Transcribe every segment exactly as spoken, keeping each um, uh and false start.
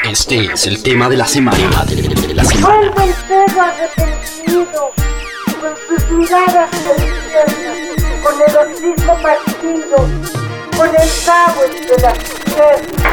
Este es el tema de la semana. De la semana. Vuelve el perro arrepentido, con sus miradas deliciosas, con el hocico partido, con el cabo entre las piernas.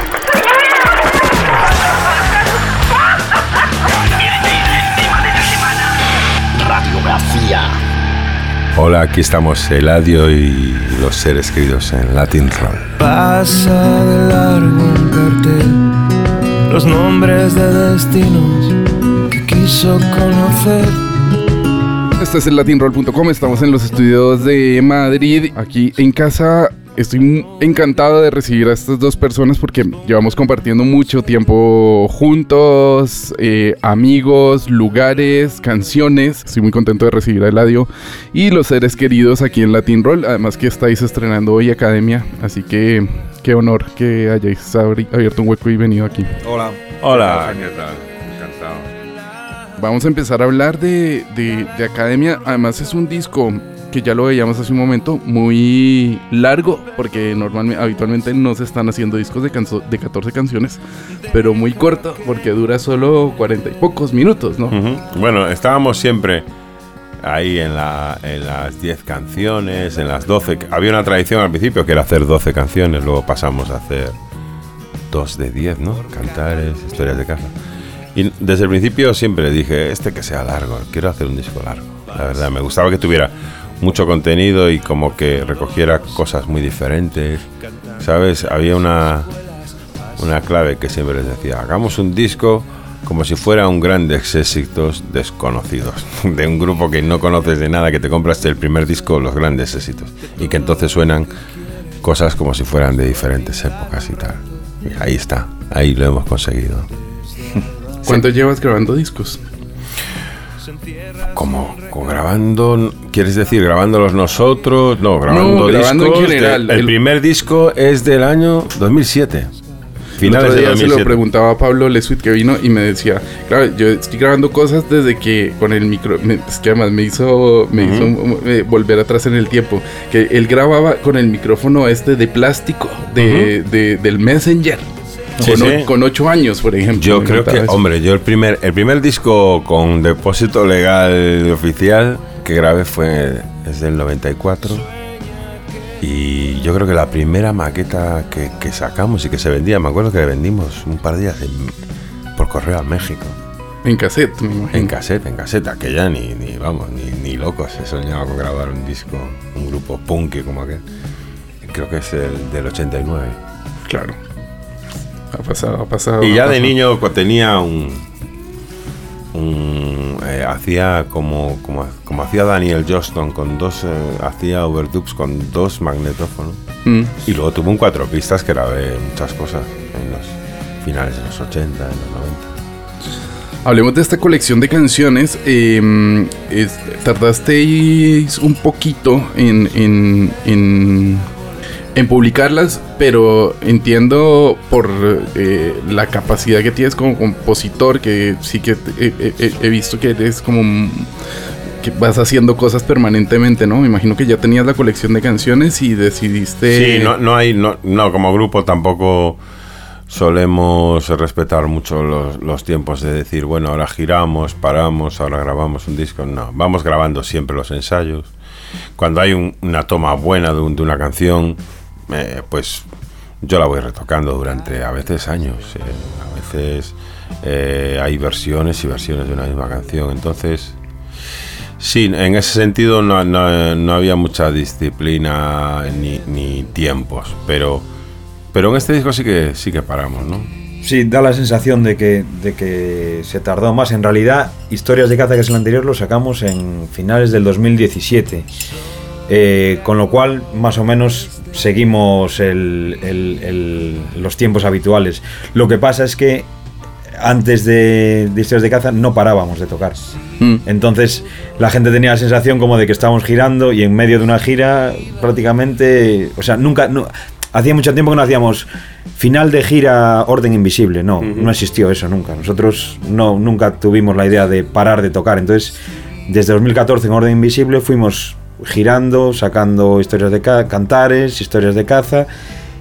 Radiografía. Hola, aquí estamos Eladio y los seres queridos en Latin Roll. Pasa de largo un cartel, los nombres de destinos que quiso conocer. Esto es el latin roll punto com, estamos en los estudios de Madrid, aquí en casa. Estoy encantado de recibir a estas dos personas porque llevamos compartiendo mucho tiempo juntos, eh, amigos, lugares, canciones. Estoy muy contento de recibir a Eladio y los seres queridos aquí en Latin Roll. Además que estáis estrenando hoy Academia, así que qué honor que hayáis abri- abierto un hueco y venido aquí. Hola. Hola, ¿qué tal? Encantado. Vamos a empezar a hablar de, de, de Academia. Además es un disco que ya lo veíamos hace un momento, muy largo, porque normalmente, habitualmente no se están haciendo discos de, canso- de catorce canciones, pero muy corto, porque dura solo cuarenta y pocos minutos, ¿no? Uh-huh. Bueno, estábamos siempre ahí en, la, en las diez canciones, en las doce. Había una tradición al principio que era hacer doce canciones, luego pasamos a hacer dos de diez, ¿no? Cantares, historias de casa. Y desde el principio siempre dije, este que sea largo, quiero hacer un disco largo. La verdad, me gustaba que tuviera mucho contenido y como que recogiera cosas muy diferentes, ¿sabes? Había una, una clave que siempre les decía, hagamos un disco como si fuera un grandes éxitos desconocidos, de un grupo que no conoces de nada, que te compras el primer disco, los grandes éxitos, y que entonces suenan cosas como si fueran de diferentes épocas y tal. Y ahí está, ahí lo hemos conseguido. ¿Cuánto llevas grabando discos? Como, como grabando, ¿quieres decir grabándolos nosotros? No, grabando, No, grabando discos. en general. De, el, el primer disco es del año dos mil siete. Finales El otro de día dos mil siete. se lo preguntaba a Pablo Lesuit que vino y me decía, claro, yo estoy grabando cosas desde que con el micro, me, es que además me hizo, me uh-huh. hizo eh, volver atrás en el tiempo, que él grababa con el micrófono este de plástico de, uh-huh. de, del Messenger. Sí, con, sí. o, con ocho años, por ejemplo. Yo creo que, eso. hombre, yo el primer, el primer disco con depósito legal oficial que grabé fue desde el noventa y cuatro. Y yo creo que la primera maqueta que, que sacamos y que se vendía, me acuerdo que le vendimos un par de días en, por correo a México. En cassette, me imagino. En cassette, en cassette. Aquella ni, ni vamos, ni, ni locos se soñaba con grabar un disco, un grupo punk como aquel. Creo que es el del ochenta y nueve. Claro. Ha pasado, ha pasado. Y ya ha de pasado. niño tenía un... un eh, hacía como, como como hacía Daniel Johnston con dos... Eh, hacía overdubs con dos magnetófonos. Mm. Y luego tuvo un cuatro pistas que grabé muchas cosas en los finales de los ochenta, en los noventa. Hablemos de esta colección de canciones. Eh, es, tardasteis un poquito en... en, en En publicarlas, pero entiendo por eh, la capacidad que tienes como compositor, que sí que he, he, he visto que eres como que vas haciendo cosas permanentemente, ¿no? Me imagino que ya tenías la colección de canciones y decidiste... Sí, no, no hay, no, no, como grupo tampoco solemos respetar mucho los, los tiempos de decir, bueno, ahora giramos, paramos, ahora grabamos un disco. No, vamos grabando siempre los ensayos. Cuando hay un, una toma buena de, un, de una canción, eh, pues yo la voy retocando durante a veces años. Eh, a veces eh, hay versiones y versiones de una misma canción. Entonces, sí, en ese sentido no, no, no había mucha disciplina ni, ni tiempos, pero, pero en este disco sí que, sí que paramos, ¿no? Sí, da la sensación de que, de que se tardó más. En realidad, Historias de Caza, que es el anterior, lo sacamos en finales del dos mil diecisiete. Eh, con lo cual, más o menos, seguimos el, el, el, los tiempos habituales. Lo que pasa es que antes de, de Historias de Caza no parábamos de tocar. Mm. Entonces, la gente tenía la sensación como de que estábamos girando y en medio de una gira prácticamente... O sea, nunca... No, hacía mucho tiempo que no hacíamos final de gira Orden Invisible, no, uh-huh. no existió eso nunca. Nosotros no, nunca tuvimos la idea de parar de tocar. Entonces, desde dos mil catorce en Orden Invisible fuimos girando, sacando historias de ca- cantares, historias de caza,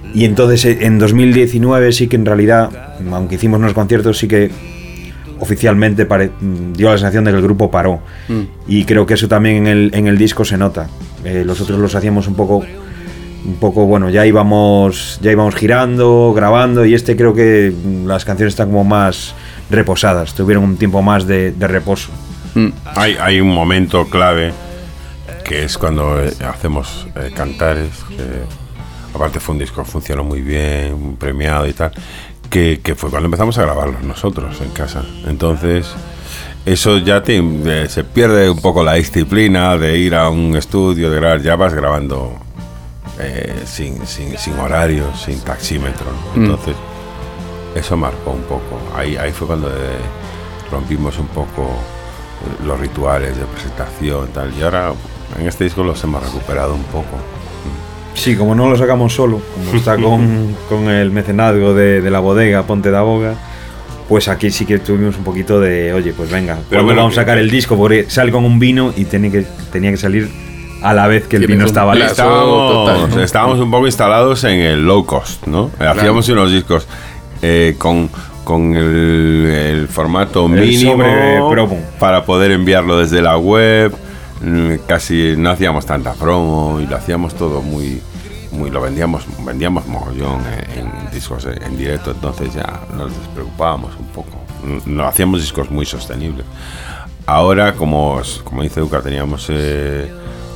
Y entonces en dos mil diecinueve sí que en realidad, aunque hicimos unos conciertos, sí que oficialmente pare, dio la sensación de que el grupo paró. Mm. Y creo que eso también en el, en el disco se nota. Eh, nosotros los hacíamos un poco, un poco, bueno, ya íbamos, ya íbamos girando, grabando, y este creo que las canciones están como más reposadas, tuvieron un tiempo más de, de reposo. Mm. Hay, hay un momento clave que es cuando eh, hacemos eh, Cantares, que aparte fue un disco que funcionó muy bien, premiado y tal, que, que fue cuando empezamos a grabarlos nosotros en casa. Entonces eso ya te, eh, se pierde un poco la disciplina de ir a un estudio, de grabar, ya vas grabando eh, sin, sin, sin horario, sin taxímetro, ¿no? Entonces mm. eso marcó un poco. Ahí, ahí fue cuando eh, rompimos un poco los rituales de presentación y tal, y ahora en este disco los hemos recuperado un poco. Sí, como no lo sacamos solo, como está con, con el mecenazgo de, de la bodega Ponte da Boga, pues aquí sí que tuvimos un poquito de, oye, pues venga, pero bueno, vamos a sacar el disco, porque sale con un vino y tenía que, tenía que salir a la vez que el vino estaba listo. Estábamos, total, estábamos un poco instalados en el low cost, ¿no? Claro. Hacíamos unos discos eh, con, con el, el formato el mínimo promo, para poder enviarlo desde la web. Casi no hacíamos tanta promo y lo hacíamos todo muy, muy lo vendíamos, vendíamos mogollón en, en discos en, en directo, entonces ya nos despreocupábamos un poco. No hacíamos discos muy sostenibles. Ahora, como, como dice Educa, teníamos eh,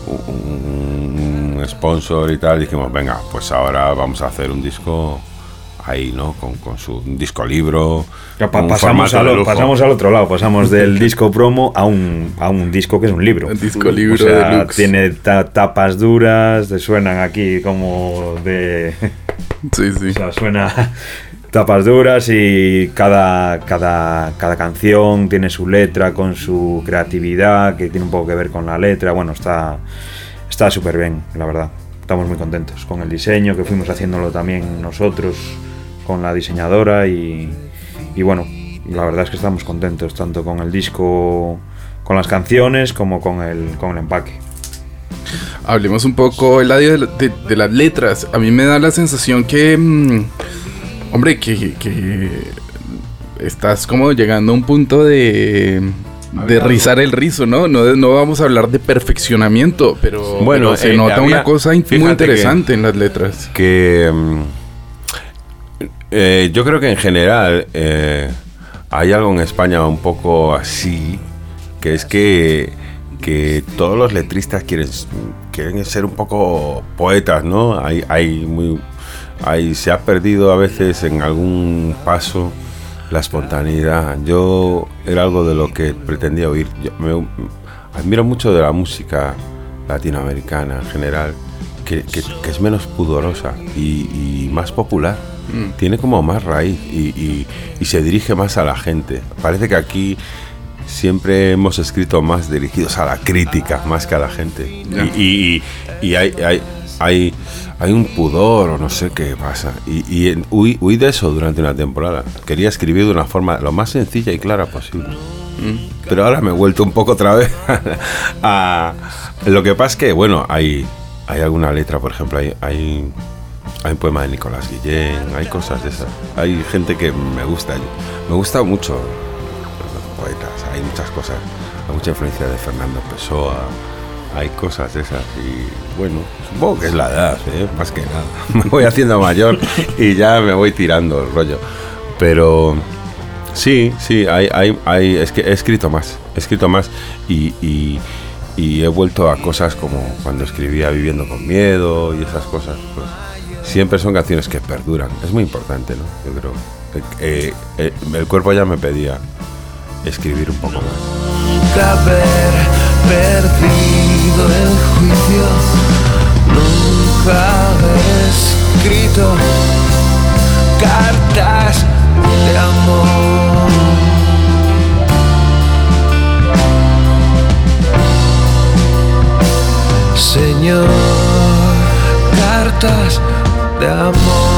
un, un sponsor y tal, dijimos, venga, pues ahora vamos a hacer un disco ahí, ¿no? Con, con su un disco libro. Pa, pa, pasamos, al, pasamos al otro lado, pasamos del disco promo a un, a un disco que es un libro. Un disco libro, o sea, deluxe. Tiene ta, tapas duras, te suenan aquí como de... Sí, sí. O sea, suena tapas duras y cada, cada, cada canción tiene su letra con su creatividad, que tiene un poco que ver con la letra. Bueno, está está súper bien, la verdad. Estamos muy contentos con el diseño, que fuimos haciéndolo también nosotros con la diseñadora y, y bueno, la verdad es que estamos contentos tanto con el disco, con las canciones, como con el, con el empaque. Hablemos un poco, Eladio, de, de, de las letras. A mí me da la sensación que, mmm, hombre, que, que estás como llegando a un punto de... de rizar el rizo, ¿no? ¿no? No vamos a hablar de perfeccionamiento, pero, bueno, pero se eh, nota había, una cosa muy interesante que, en las letras. Que eh, yo creo que en general eh, hay algo en España un poco así, que es que, que todos los letristas quieren, quieren ser un poco poetas, ¿no? Hay, hay muy, hay, se ha perdido a veces en algún paso la espontaneidad. Yo era algo de lo que pretendía oír. Yo me, admiro mucho de la música latinoamericana en general, que, que, que es menos pudorosa y, y más popular. Mm. Tiene como más raíz y, y, y se dirige más a la gente. Parece que aquí siempre hemos escrito más dirigidos a la crítica, más que a la gente. Yeah. Y, y, y hay... hay Hay, hay un pudor o no sé qué pasa. Y, y huí, huí de eso durante una temporada. Quería escribir de una forma lo más sencilla y clara posible. Mm. Pero ahora me he vuelto un poco otra vez a... Lo que pasa es que, bueno, hay, hay alguna letra, por ejemplo, hay, hay, hay un poema de Nicolás Guillén, hay cosas de esas. Hay gente que me gusta. Me gusta mucho los poetas, hay muchas cosas. Hay mucha influencia de Fernando Pessoa. Hay cosas de esas y bueno, supongo que es la edad, ¿eh? Más que nada. Me voy haciendo mayor y ya me voy tirando el rollo. Pero sí, sí, hay, hay, hay, es que he escrito más, he escrito más y, y, y he vuelto a cosas como cuando escribía Viviendo con Miedo y esas cosas. Pues siempre son canciones que perduran, es muy importante, ¿no? Yo creo. Eh, eh, el cuerpo ya me pedía escribir un poco más. Perdido el juicio, nunca haber escrito cartas de amor. Señor, cartas de amor.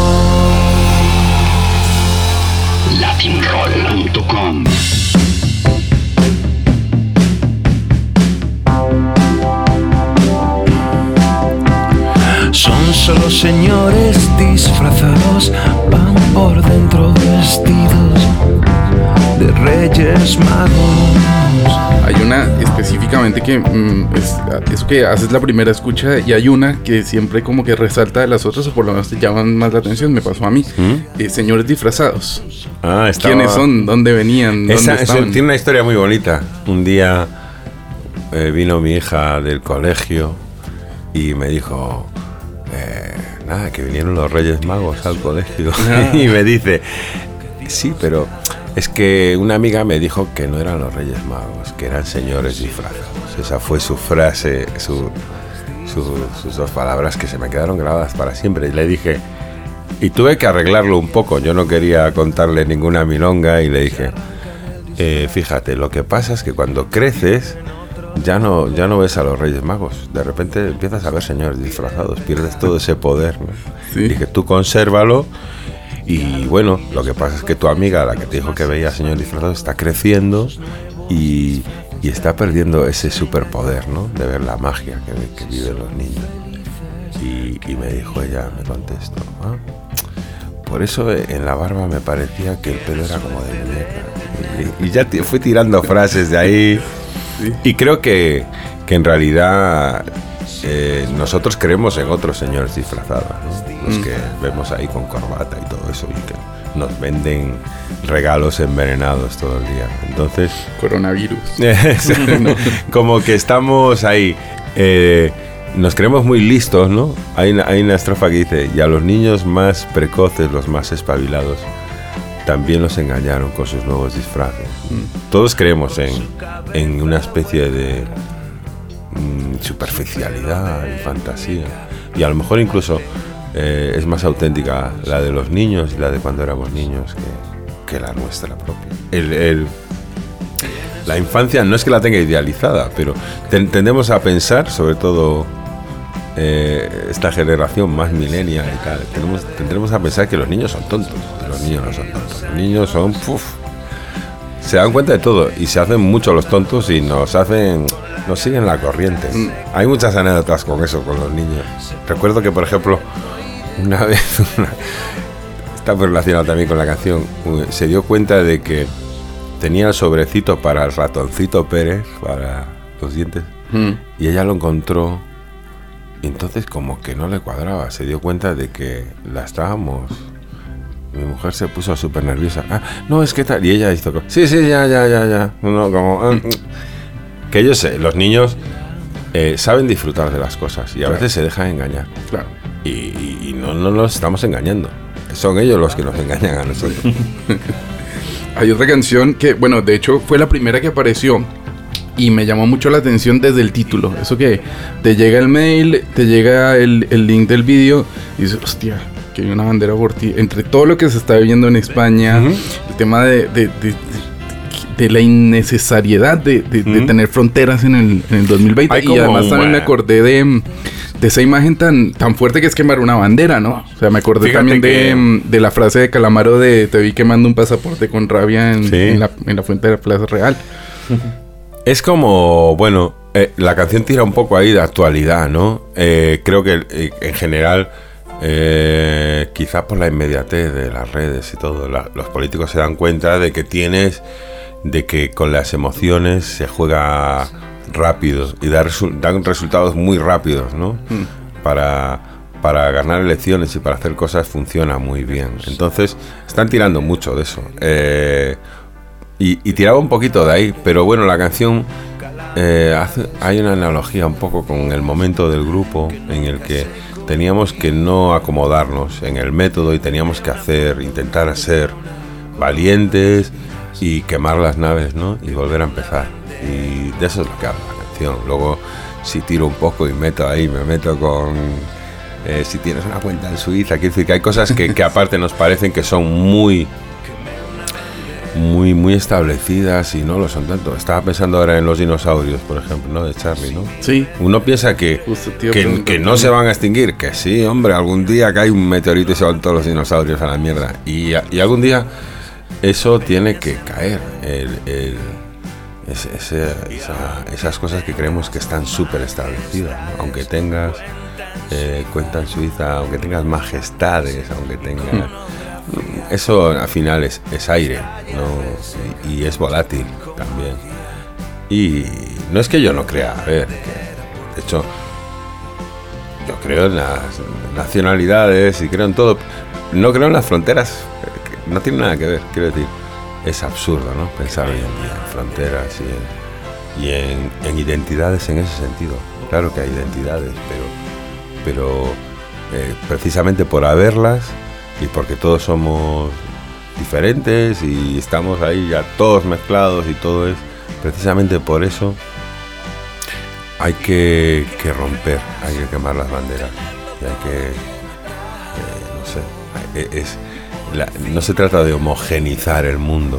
latinroll punto com. Son solo señores disfrazados, van por dentro vestidos de Reyes Magos. Hay una específicamente que mm, es, eso que haces la primera escucha, y hay una que siempre como que resalta de las otras, o por lo menos te llaman más la atención. Me pasó a mí. ¿Mm? eh, Señores disfrazados. Ah, estaba... ¿Quiénes son? ¿Dónde venían? ¿Dónde Esa, estaban? eso tiene una historia muy bonita. Un día eh, vino mi hija del colegio y me dijo, eh, nada, que vinieron los Reyes Magos al colegio. Ah. Y me dice, sí, pero es que una amiga me dijo que no eran los Reyes Magos, que eran señores disfrazados. Esa fue su frase, su, su, sus dos palabras que se me quedaron grabadas para siempre. Y le dije, y tuve que arreglarlo un poco, yo no quería contarle ninguna milonga, y le dije, eh, fíjate, lo que pasa es que cuando creces ya no, ya no ves a los Reyes Magos, de repente empiezas a ver señores disfrazados, pierdes todo ese poder, ¿no? ¿Sí? Dije, tú consérvalo, y bueno, lo que pasa es que tu amiga, la que te dijo que veía señores disfrazados, está creciendo y, y está perdiendo ese superpoder, ¿no? De ver la magia que, que viven los niños. Y, y me dijo ella, me contestó, ¿ah? Por eso en la barba me parecía que el pelo era como de muñeca. Y, y ya t- fui tirando frases de ahí. Sí. Y creo que, que en realidad eh, nosotros creemos en otros señores disfrazados, ¿no? Los mm. que vemos ahí con corbata y todo eso, y que nos venden regalos envenenados todo el día. Entonces, coronavirus. no. Como que estamos ahí. Eh, Nos creemos muy listos, ¿no? Hay una, hay una estrofa que dice, y a los niños más precoces, los más espabilados, también los engañaron con sus nuevos disfraces. Mm. Todos creemos en, en una especie de mm, superficialidad y fantasía. Y a lo mejor incluso eh, es más auténtica la de los niños y la de cuando éramos niños que, que la nuestra propia. El... el La infancia no es que la tenga idealizada, pero ten, tendemos a pensar, sobre todo eh, esta generación más millennial y tal, tenemos, tendremos a pensar que los niños son tontos. Los niños no son tontos. Los niños son... Uf, se dan cuenta de todo y se hacen mucho los tontos y nos hacen... nos siguen la corriente. Mm. Hay muchas anécdotas con eso, con los niños. Recuerdo que, por ejemplo, una vez... Una, está relacionado también con la canción. Se dio cuenta de que tenía el sobrecito para el ratoncito Pérez, para los dientes, mm. y ella lo encontró, y entonces como que no le cuadraba, se dio cuenta de que la estábamos... Mi mujer se puso súper nerviosa. Ah, no, es que tal... Y ella hizo... Sí, sí, ya, ya, ya, ya. No, como... Mm. Que ellos, sé, los niños eh, saben disfrutar de las cosas, y a claro. veces se dejan engañar. Claro. Y, y, y no, no los estamos engañando. Son ellos los que nos engañan a nosotros. Hay otra canción que, bueno, de hecho fue la primera que apareció y me llamó mucho la atención desde el título. Eso que te llega el mail, te llega el, el link del vídeo y dices, hostia, que hay una bandera por ti. Entre todo lo que se está viviendo en España, uh-huh. el tema de, de, de, de, de la innecesariedad de, de, uh-huh. de tener fronteras en el, en el dos mil veinte. Y además también me acordé de... de esa imagen tan, tan fuerte que es quemar una bandera, ¿no? O sea, me acordé Fíjate también de, que... de la frase de Calamaro de te vi quemando un pasaporte con rabia en, sí. en, la, en la fuente de la Plaza Real. Es como, bueno, eh, la canción tira un poco ahí de actualidad, ¿no? Eh, creo que eh, en general, eh, quizás por la inmediatez de las redes y todo, la, los políticos se dan cuenta de que tienes, de que con las emociones se juega... rápidos y dar resu- dan resultados muy rápidos, ¿no? Mm. Para, para ganar elecciones y para hacer cosas funciona muy bien. Entonces están tirando mucho de eso. Eh, y, y tiraba un poquito de ahí, pero bueno, la canción eh, hace, hay una analogía un poco con el momento del grupo en el que teníamos que no acomodarnos en el método y teníamos que hacer, intentar ser valientes y quemar las naves, ¿no? Y volver a empezar. Y de eso es lo que habla la canción. Luego, si tiro un poco y meto ahí, me meto con... Eh, si tienes una cuenta en Suiza, quiero decir que hay cosas que, que aparte nos parecen que son muy... Muy, muy establecidas y no lo son tanto. Estaba pensando ahora en los dinosaurios, por ejemplo, ¿no? De Charlie, ¿no? Sí. Uno piensa que, tío, que, que no se van a extinguir. Que sí, hombre, algún día cae un meteorito y se van todos los dinosaurios a la mierda. Y, y algún día eso tiene que caer. El... el Es, ese, esa, esas cosas que creemos que están súper establecidas, ¿no? Aunque tengas eh, cuenta en Suiza, aunque tengas majestades, aunque tengas... Mm. Eso al final es, es aire, ¿no? Y, y es volátil también. Y no es que yo no crea, a ver, que, de hecho, yo creo en las nacionalidades y creo en todo. No creo en las fronteras, no tiene nada que ver, quiero decir. Es absurdo, ¿no? Pensar hoy en día en fronteras y en, y en, en identidades en ese sentido. Claro que hay identidades, pero, pero eh, precisamente por haberlas y porque todos somos diferentes y estamos ahí ya todos mezclados y todo es, precisamente por eso hay que, que romper, hay que quemar las banderas y hay que, eh, no sé, es, la, no se trata de homogenizar el mundo,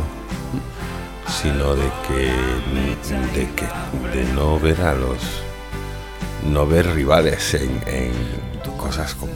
sino de que, de que de no ver a los, no ver rivales en, en cosas como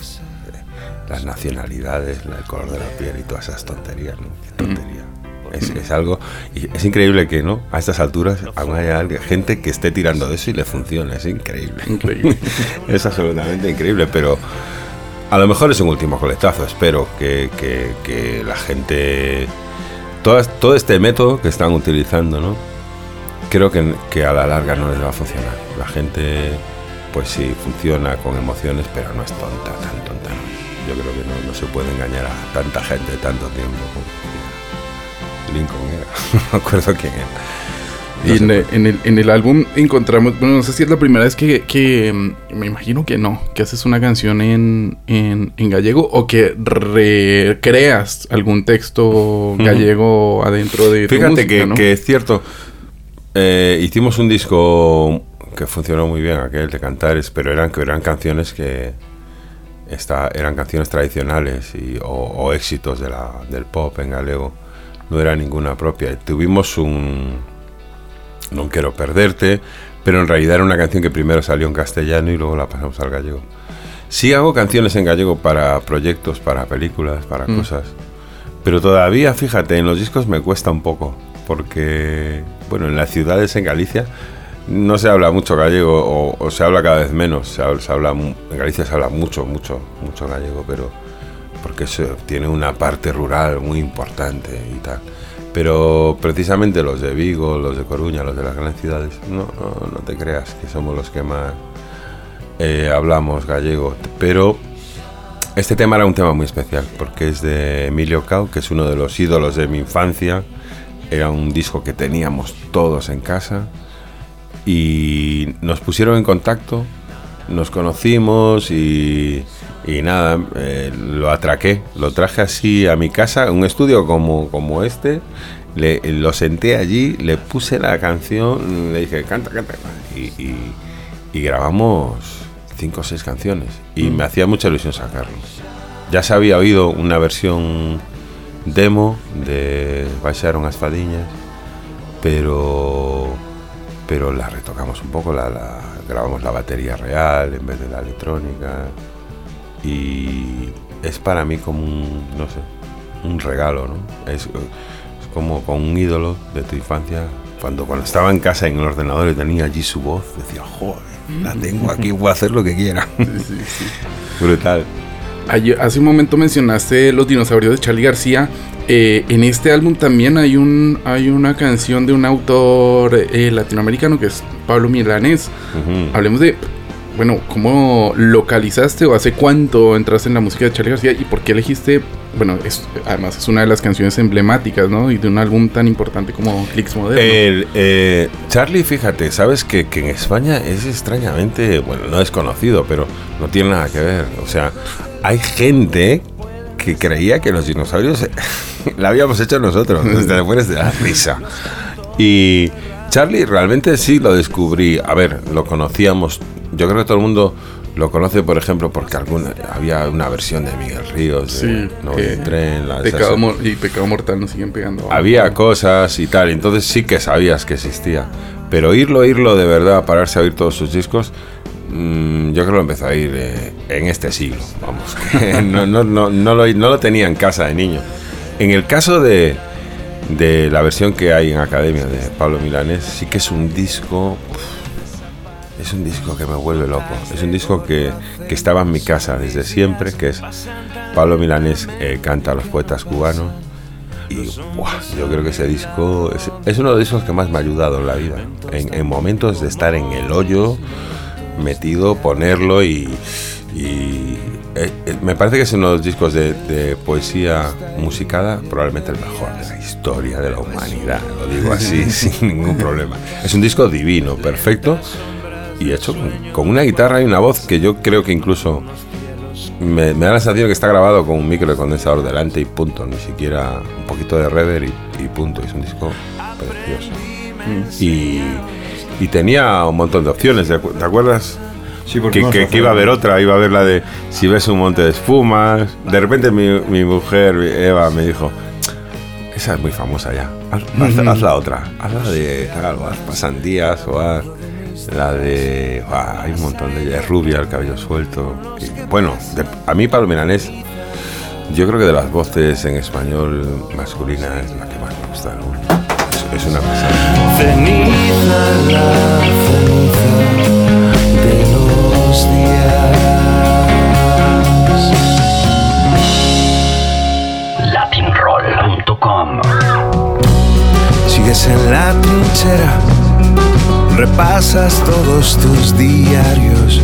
las nacionalidades, el color de la piel y todas esas tonterías, ¿no? Qué tontería. Es, es algo, y es increíble que, ¿no? A estas alturas aún haya alguien, gente que esté tirando de eso y le funcione, es increíble. Increíble. Es absolutamente increíble, pero a lo mejor es un último coletazo. Espero que, que, que la gente, todas, todo este método que están utilizando, ¿no? Creo que, que a la larga no les va a funcionar. La gente, pues sí, funciona con emociones, pero no es tonta, tan tonta, ¿no? Yo creo que no, no se puede engañar a tanta gente tanto tiempo. Lincoln era, no me acuerdo quién era. No y en, el, en, el, en el álbum encontramos, bueno, no sé si es la primera vez que, que me imagino que no, que haces una canción en, en, en gallego o que recreas algún texto gallego uh-huh. adentro de tu Fíjate música, que, ¿no? que es cierto, eh, hicimos un disco que funcionó muy bien, aquel de Cantares, pero eran, que eran canciones que esta, eran canciones tradicionales y, o, o éxitos de la, del pop en galego. No era ninguna propia. Tuvimos un No quiero perderte, pero en realidad era una canción que primero salió en castellano y luego la pasamos al gallego. Sí hago canciones en gallego para proyectos, para películas, para mm. cosas, pero todavía, fíjate, en los discos me cuesta un poco, porque, bueno, en las ciudades en Galicia no se habla mucho gallego, o, o se habla cada vez menos. Se habla, se habla, en Galicia se habla mucho, mucho, mucho gallego, pero porque eso tiene una parte rural muy importante y tal. Pero precisamente los de Vigo, los de Coruña, los de las grandes ciudades, no, no, no te creas que somos los que más eh, hablamos gallego. Pero este tema era un tema muy especial, porque es de Emilio Cao, que es uno de los ídolos de mi infancia. Era un disco que teníamos todos en casa y nos pusieron en contacto, nos conocimos y... Y nada, eh, lo atraqué, lo traje así a mi casa, un estudio como, como este, le, lo senté allí, le puse la canción, le dije, canta, canta, y, y, y grabamos cinco o seis canciones, y mm. me hacía mucha ilusión sacarlo. Ya se había oído una versión demo de Baixaron as Fadiñas, pero, pero la retocamos un poco, la, la, grabamos la batería real en vez de la electrónica. Y es para mí como un, no sé, un regalo, ¿no? Es, es como con un ídolo de tu infancia. Cuando, cuando estaba en casa en el ordenador y tenía allí su voz, decía, joder, la tengo aquí, voy a hacer lo que quiera. Sí, sí, sí. Brutal. Hace un momento mencionaste Los Dinosaurios de Charly García. Eh, en este álbum también hay un hay una canción de un autor eh, latinoamericano que es Pablo Milanés. Uh-huh. Hablemos de... Bueno, ¿cómo localizaste o hace cuánto entraste en la música de Charly García y por qué elegiste? Bueno, es, además es una de las canciones emblemáticas, ¿no? Y de un álbum tan importante como Clicks Moderno. El, eh, Charly, fíjate, sabes que, que en España es extrañamente, bueno, no desconocido, pero no tiene nada que ver. O sea, hay gente que creía que Los Dinosaurios la habíamos hecho nosotros, desde fuera de la risa. Y Charly realmente sí lo descubrí. A ver, lo conocíamos. Yo creo que todo el mundo lo conoce, por ejemplo, porque alguna, había una versión de Miguel Ríos, de sí, No voy en tren, la, Pecado mo- y Pecado Mortal nos siguen pegando. Había cosas y tal, entonces sí que sabías que existía. Pero oírlo, oírlo de verdad, pararse a oír todos sus discos, mmm, yo creo que lo empezó a oír eh, en este siglo, vamos. no, no, no, no, lo, no lo tenía en casa de niño. En el caso de, de la versión que hay en Academia de Pablo Milanés, sí que es un disco... Pff, es un disco que me vuelve loco. Es un disco que, que estaba en mi casa desde siempre, que es Pablo Milanés eh, canta a los poetas cubanos. Y ¡buah! Yo creo que ese disco es, es uno de los discos que más me ha ayudado en la vida. En, en momentos de estar en el hoyo, metido, ponerlo y... y eh, eh, me parece que es uno de los discos de, de poesía musicada, probablemente el mejor de la historia de la humanidad. Lo digo así, sin ningún problema. Es un disco divino, perfecto, y hecho con, con una guitarra y una voz que yo creo que incluso... Me, me da la sensación que está grabado con un micro de condensador delante y punto, ni siquiera un poquito de reverb y, y punto. Es un disco precioso. Mm. Y, y tenía un montón de opciones, ¿te acuerdas? Sí, porque que, no que, que iba a haber otra, iba a haber la de si ves un monte de espumas. De repente mi, mi mujer, Eva, me dijo, esa es muy famosa ya, haz, haz, haz la otra, haz la de, claro, haz Pasandías o haz... La de... Wow, hay un montón de... Es rubia, el cabello suelto. Y, bueno, de, a mí Pablo Milanés, yo creo que de las voces en español masculina es la que más me gusta. Es, es una pasada. Ceniza, la ceniza de los días. latin roll punto com. Sigues en la trinchera, repasas todos tus diarios.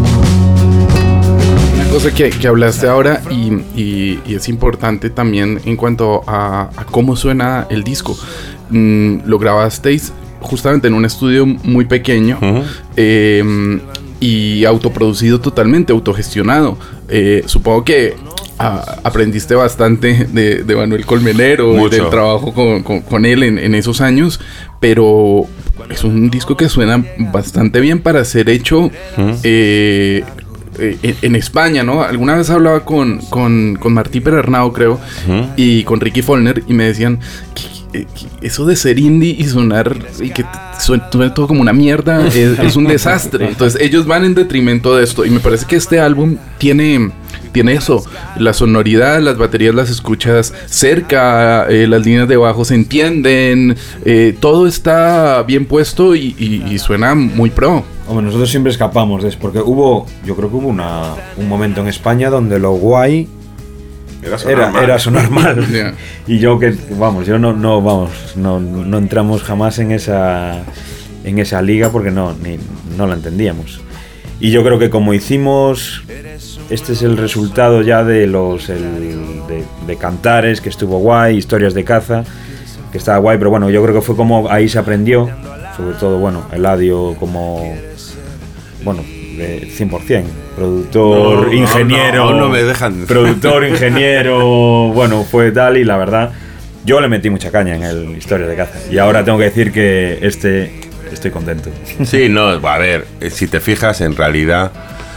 Una cosa que, que hablaste ahora y, y, y es importante también en cuanto a, a cómo suena el disco. Mm, lo grabasteis justamente en un estudio muy pequeño, uh-huh. eh, y autoproducido totalmente, autogestionado. Eh, supongo que a, aprendiste bastante de, de Manuel Colmenero. Mucho. Y del trabajo con, con, con él en, en esos años, pero es un disco que suena bastante bien para ser hecho uh-huh. eh, en, en España, ¿no? Alguna vez hablaba con, con, con Martí Perarnau, creo, uh-huh. y con Ricky Follner, y me decían que, que eso de ser indie y sonar y que suena todo como una mierda es, es un desastre. Entonces ellos van en detrimento de esto, y me parece que este álbum tiene... Tiene eso, la sonoridad, las baterías las escuchas cerca, eh, las líneas de bajo se entienden, eh, todo está bien puesto y, y, y suena muy pro. Hombre, nosotros siempre escapamos de eso, porque hubo, yo creo que hubo una, un momento en España donde lo guay era sonar era, mal, era sonar mal. Yeah. Y yo que, vamos, yo no, no, vamos, no, no entramos jamás en esa, en esa liga porque no, ni, no la entendíamos. Y yo creo que como hicimos... Este es el resultado ya de los el, de, de Cantares, que estuvo guay, Historias de caza, que estaba guay, pero bueno, yo creo que fue como ahí se aprendió, sobre todo, bueno, Eladio como, bueno, de cien por ciento, productor, no, ingeniero, no, no, no me dejan. productor, ingeniero, bueno, fue tal, y la verdad, yo le metí mucha caña en el Historias de caza, y ahora tengo que decir que este, estoy contento. Sí, no, a ver, si te fijas, en realidad...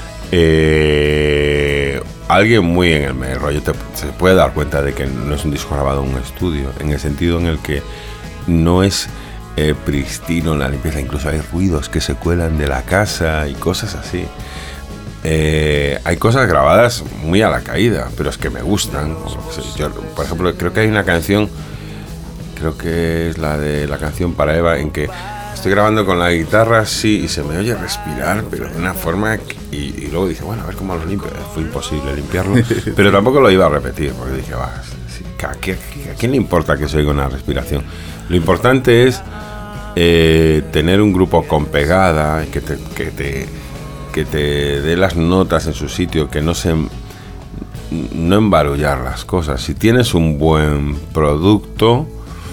Eh, alguien muy en el medio rollo te, se puede dar cuenta de que no es un disco grabado en un estudio, en el sentido en el que no es eh, pristino la limpieza, incluso hay ruidos que se cuelan de la casa y cosas así. Eh, hay cosas grabadas muy a la caída, pero es que me gustan. Yo, por ejemplo, creo que hay una canción, creo que es la de la canción para Eva, en que estoy grabando con la guitarra, sí, y se me oye respirar, pero de una forma que, y, y luego dije, bueno, a ver cómo lo limpio. Fue imposible limpiarlo, pero tampoco lo iba a repetir, porque dije, va, ¿a, qué, ¿a quién le importa que se oiga una respiración? Lo importante es eh, tener un grupo con pegada, que te, que te, que te dé las notas en su sitio, que no se... no embarullar las cosas. Si tienes un buen producto...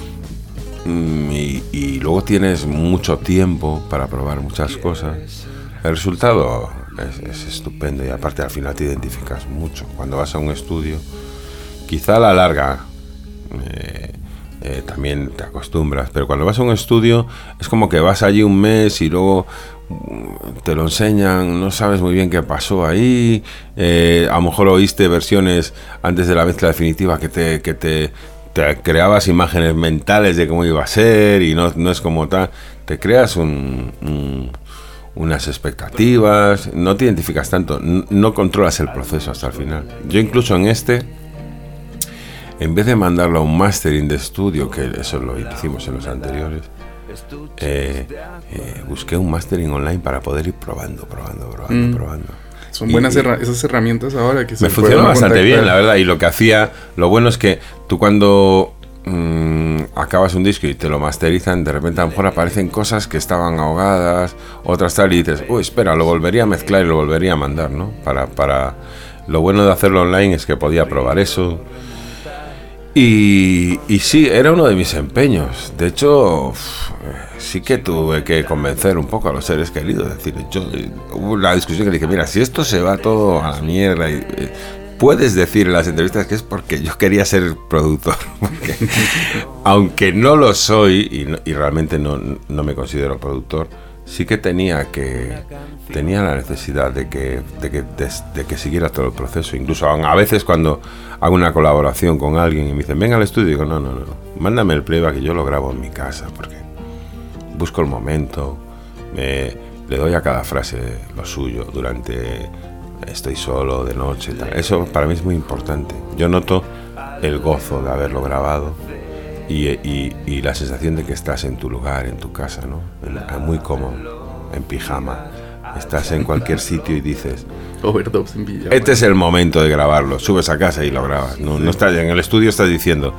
Y, y luego tienes mucho tiempo para probar muchas cosas, el resultado es, es estupendo, y aparte al final te identificas mucho cuando vas a un estudio. Quizá a la larga eh, eh, también te acostumbras, pero cuando vas a un estudio es como que vas allí un mes y luego te lo enseñan, no sabes muy bien qué pasó ahí, eh, a lo mejor oíste versiones antes de la mezcla definitiva que te, que te te creabas imágenes mentales de cómo iba a ser, y no, no es como tal. Te creas un, un, unas expectativas, no te identificas tanto, no, no controlas el proceso hasta el final. Yo incluso en este, en vez de mandarlo a un mastering de estudio, que eso lo hicimos en los anteriores, eh, eh, busqué un mastering online para poder ir probando, probando, probando, mm. probando. Son buenas y, herra- esas herramientas ahora que se me funcionó bastante bien, la verdad. Y lo que hacía, lo bueno es que tú cuando mmm, acabas un disco y te lo masterizan, de repente a lo mejor aparecen cosas que estaban ahogadas, otras tal, y dices, uy, espera, lo volvería a mezclar y lo volvería a mandar, ¿no? Para, para... Lo bueno de hacerlo online es que podía probar eso. Y, y sí, era uno de mis empeños. De hecho, uf, sí que tuve que convencer un poco a los seres queridos. Es decir, yo, hubo una discusión que dije, mira, si esto se va todo a la mierda, y, eh, puedes decir en las entrevistas que es porque yo quería ser productor. Porque, aunque no lo soy, y, no, y realmente no, no me considero productor, sí que tenía que tenía la necesidad de que de que, de, de que siguiera todo el proceso. Incluso a veces cuando hago una colaboración con alguien y me dicen venga al estudio, digo no, no, no, mándame el playback que yo lo grabo en mi casa, porque busco el momento, me, le doy a cada frase lo suyo durante estoy solo de noche, tal. Eso para mí es muy importante. Yo noto el gozo de haberlo grabado y, y, y la sensación de que estás en tu lugar, en tu casa, ¿no? Muy cómodo, en pijama. Estás en cualquier sitio y dices Overdubs en pijama. Este es el momento de grabarlo. Subes a casa y lo grabas. No, no estás en el estudio, estás diciendo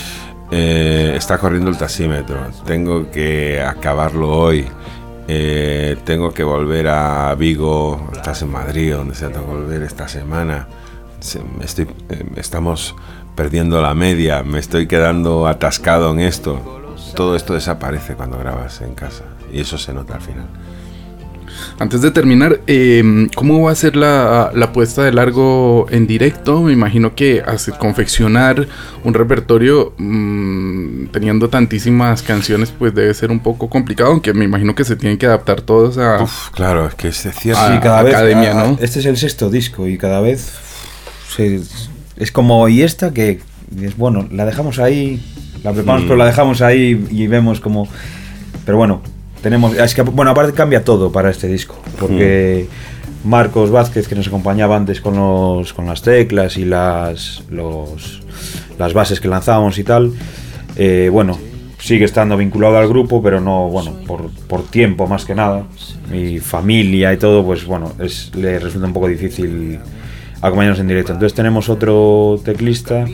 eh, está corriendo el taxímetro, tengo que acabarlo hoy, eh, tengo que volver a Vigo, estás en Madrid, donde sea, tengo que volver esta semana. Estoy, eh, estamos perdiendo la media, me estoy quedando atascado en esto. Todo esto desaparece cuando grabas en casa y eso se nota al final. Antes de terminar, eh, ¿cómo va a ser la, la puesta de largo en directo? Me imagino que hacer, confeccionar un repertorio mmm, teniendo tantísimas canciones pues debe ser un poco complicado, aunque me imagino que se tienen que adaptar todos a... Uf, claro, es que es cierto. Sí, cada vez, academia, ¿no? Este es el sexto disco y cada vez se, es como, y esta que es bueno, la dejamos ahí, la preparamos, mm. pero la dejamos ahí y vemos como... Pero bueno... Tenemos, es que, bueno, aparte cambia todo para este disco, porque mm. Marcos Vázquez, que nos acompañaba antes con los con las teclas y las los las bases que lanzábamos y tal, eh, bueno, sigue estando vinculado al grupo, pero no, bueno, por, por tiempo más que nada, mi familia y todo, pues bueno, es, le resulta un poco difícil acompañarnos en directo. Entonces tenemos otro teclista.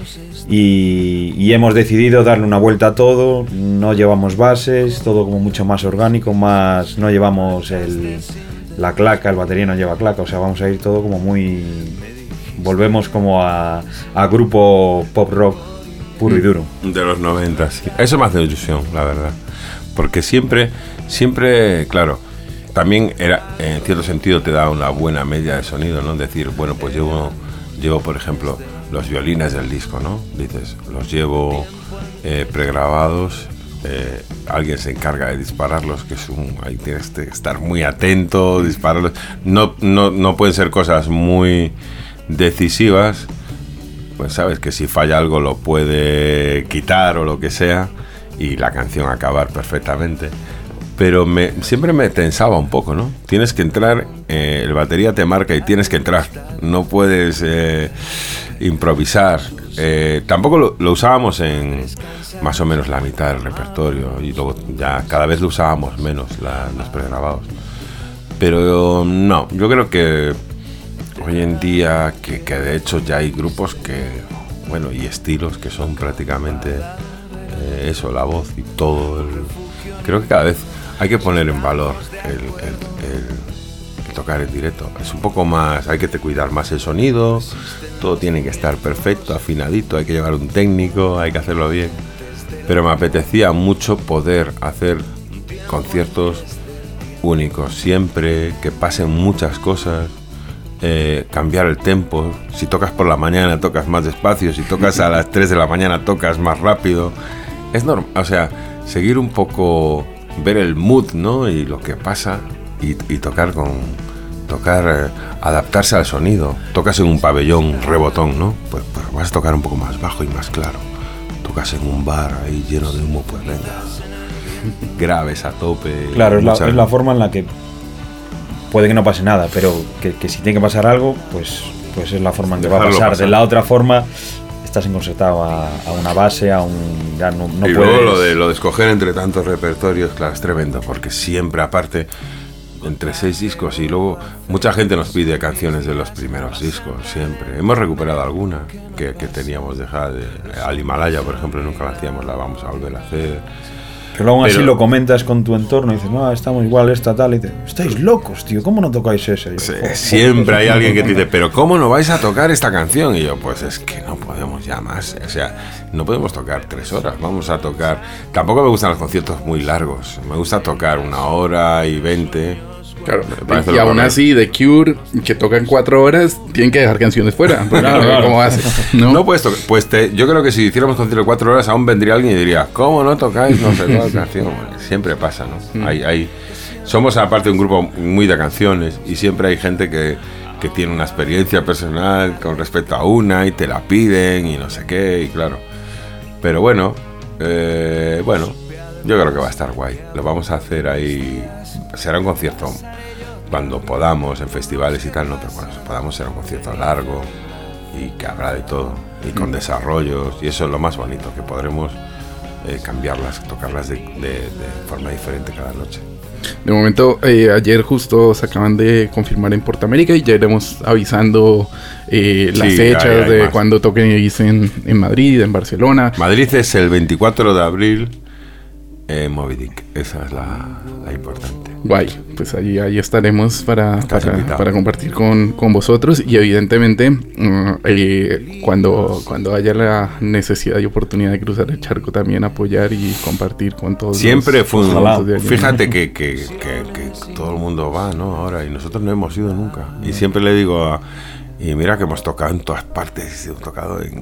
Y, y hemos decidido darle una vuelta a todo, no llevamos bases, todo como mucho más orgánico, más no llevamos el, la claca, el batería no lleva claca, o sea, vamos a ir todo como muy... Volvemos como a, a grupo pop rock puro y duro. De los noventa, sí. Eso me hace ilusión, la verdad, porque siempre, siempre, claro, también era, en cierto sentido te da una buena media de sonido, ¿no? Decir, bueno, pues llevo, llevo por ejemplo... los violines del disco, ¿no? Dices, los llevo eh, pregrabados, eh, alguien se encarga de dispararlos, que es un, ahí tienes que estar muy atento, dispararlos. No, no, no pueden ser cosas muy decisivas, pues sabes que si falla algo lo puede quitar o lo que sea y la canción acabar perfectamente. Pero me, siempre me tensaba un poco, ¿no? Tienes que entrar, eh, el batería te marca y tienes que entrar. No puedes eh, improvisar. Eh, tampoco lo, lo usábamos en más o menos la mitad del repertorio y luego ya cada vez lo usábamos menos, la, los pregrabados. Pero no, yo creo que hoy en día, que, que de hecho ya hay grupos que, bueno, y estilos que son prácticamente eh, eso, la voz y todo. El, creo que cada vez hay que poner en valor el, el, el, el tocar en directo. Es un poco más, hay que te cuidar más el sonido, todo tiene que estar perfecto, afinadito, hay que llevar un técnico, hay que hacerlo bien. Pero me apetecía mucho poder hacer conciertos únicos, siempre, que pasen muchas cosas, eh, cambiar el tempo. Si tocas por la mañana tocas más despacio, si tocas a las tres de la mañana tocas más rápido. Es normal, o sea, seguir un poco... ver el mood, ¿no? Y lo que pasa y, y tocar con tocar eh, adaptarse al sonido. Tocas en un pabellón rebotón, ¿no? Pues, pues vas a tocar un poco más bajo y más claro. Tocas en un bar ahí lleno de humo, pues venga, graves a tope. Claro, es la, es la forma en la que puede que no pase nada, pero que, que si tiene que pasar algo, pues pues es la forma en que va a pasar. pasar. De la otra forma estás encorsetado a, a una base, a un... Ya no, no y puedes... luego lo de, lo de escoger entre tantos repertorios, claro, es tremendo, porque siempre, aparte, entre seis discos, y luego mucha gente nos pide canciones de los primeros discos, siempre. Hemos recuperado alguna que, que teníamos dejada, de, al Himalaya, por ejemplo, nunca la hacíamos, la vamos a volver a hacer. Pero aún así Pero- lo comentas con tu entorno y dices, no, estamos igual, esta tal, y dices, estáis locos, tío, ¿cómo no tocáis esa? Y yo, Sí, "Jo, siempre jo, hay jo, alguien que jo, te jo". dice, pero ¿cómo no vais a tocar esta canción? Y yo, pues es que no podemos ya más. O sea, no podemos tocar tres horas, vamos a tocar... Tampoco me gustan los conciertos muy largos, me gusta tocar una hora y veinte. Claro, parece y lo aún correcto. así, The Cure, que tocan cuatro horas, tienen que dejar canciones fuera. Porque, Claro, claro. ¿cómo hace? No, puedes tocar. Pues te- yo creo que si hiciéramos concierto de cuatro horas, aún vendría alguien y diría, ¿cómo no tocáis no sé cuál canción? Siempre pasa, ¿no? Hay, hay, somos aparte un grupo muy de canciones y siempre hay gente que, que tiene una experiencia personal con respecto a una y te la piden y no sé qué, y claro. Pero bueno, eh, bueno, yo creo que va a estar guay. Lo vamos a hacer ahí. Será un concierto cuando podamos, en festivales y tal, no, pero cuando podamos será un concierto largo y que habrá de todo y con desarrollos, y eso es lo más bonito, que podremos eh, cambiarlas, tocarlas de, de, de forma diferente cada noche. De momento, eh, ayer justo se acaban de confirmar en Portamérica y ya iremos avisando eh, las Sí, fechas hay- hay de más. cuando toquen en, en Madrid, en Barcelona. Madrid es el veinticuatro de abril, eh, Moby Dick, esa es la, la importante. Guay, pues ahí, ahí estaremos para, Estás para, invitado. para compartir con, con vosotros y evidentemente mm, eh, cuando, cuando haya la necesidad y oportunidad de cruzar el charco también apoyar y compartir con todos. Siempre los- fue un... los de allí. Fíjate que, que, que, que todo el mundo va, ¿no? Ahora, y nosotros no hemos ido nunca. Y siempre le digo a... Y mira que hemos tocado en todas partes, hemos tocado en,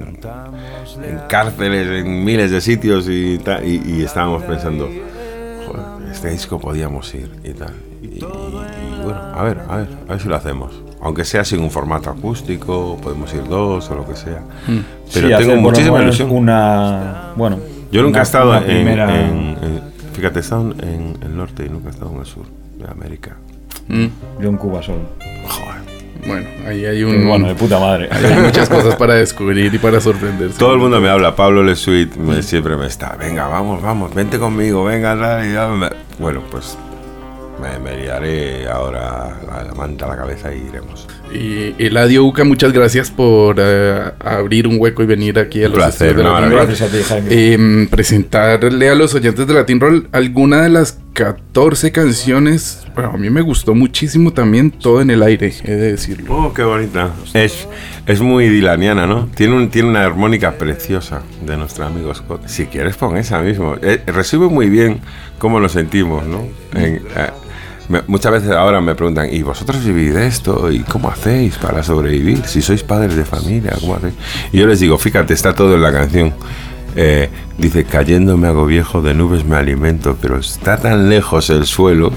en cárceles, en miles de sitios y, tal, y, y estábamos pensando, joder, este disco podíamos ir y tal. Y, y- y bueno, a ver, a ver, a ver si lo hacemos. Aunque sea sin un formato acústico, podemos ir dos o lo que sea. Pero Sí, tengo hacer por lo muchísima menos ilusión. Una, bueno, Yo nunca una- he estado una en, primera- en- en- Fíjate, he estado en el norte y nunca he estado en el sur de América. Mm, Yo en Cuba solo. Joder. bueno, ahí hay Y un... bueno, de puta madre. Hay muchas cosas para descubrir y para sorprenderse. Todo el mundo me habla, Pablo Lesuit me, siempre me está, venga, vamos, vamos, vente conmigo, venga, dale, dale". Bueno, pues me, me liaré ahora la, la manta a la cabeza y iremos. Y Eladio Uca, muchas gracias por eh, abrir un hueco y venir aquí a Un los placer, estudios de no, Latin no, Roll. Gracias a ti, Jaime. Eh, presentarle a los oyentes de Latin Roll alguna de las catorce canciones. Bueno, a mí me gustó muchísimo también Todo en el Aire, he de decirlo. Oh, qué bonita. Es, es muy dilaniana, ¿no? Tiene, un, tiene una armónica preciosa de nuestro amigo Scott. Si quieres, pon esa mismo. Eh, resume muy bien cómo lo sentimos, ¿no? En, eh, me- muchas veces ahora me preguntan, ¿y vosotros vivís de esto? ¿Y cómo hacéis para sobrevivir? Si sois padres de familia, ¿cómo hacéis? Y yo les digo, fíjate, está todo en la canción. Eh, dice, cayendo me hago viejo, de nubes me alimento, pero está tan lejos el suelo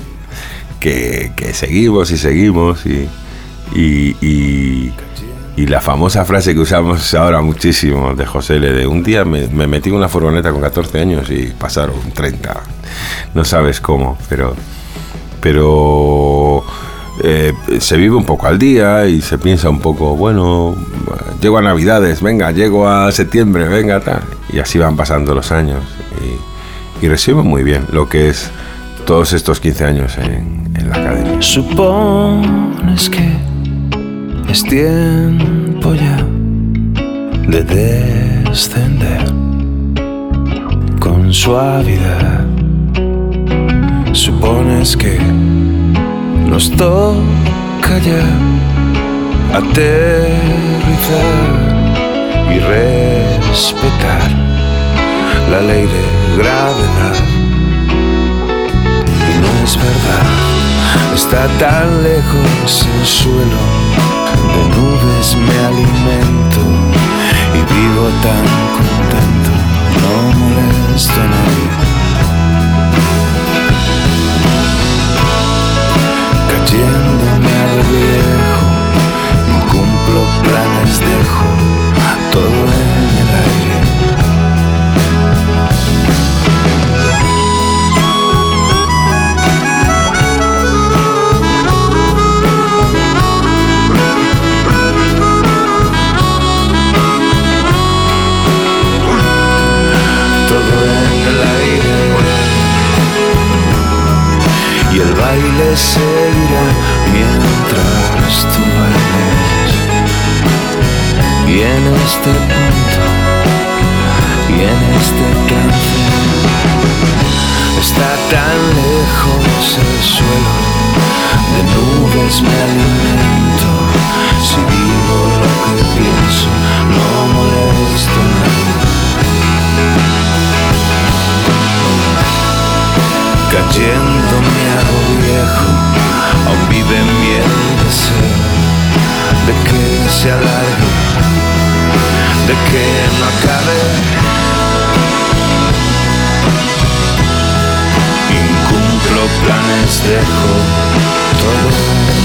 que, que seguimos y seguimos y, y, y, y la famosa frase que usamos ahora muchísimo de José L. de un día me, me metí en una furgoneta con catorce años y pasaron treinta, no sabes cómo, pero pero eh, se vive un poco al día y se piensa un poco, bueno, llego a Navidades, venga, llego a septiembre, venga, tal, y así van pasando los años y, y resume muy bien lo que es todos estos quince años en, en la academia. Supones que es tiempo ya de descender con suavidad. Supones que nos toca ya aterrizar y respetar la ley de gravedad. Y no es verdad, está tan lejos el suelo, de nubes me alimento y vivo tan contento, no molesto a nadie. Cayéndome al viejo, incumplo planes, dejo todo en el aire. baile seguirá mientras tú bailes. Y en este punto, y en este trance, está tan lejos el suelo, de nubes me alimento. Si digo lo que pienso, no molesto a nadie. Cayendo me hago viejo, aún vive en mí el deseo de que se alargue, de que no acabe. Incumplo planes, dejo todo.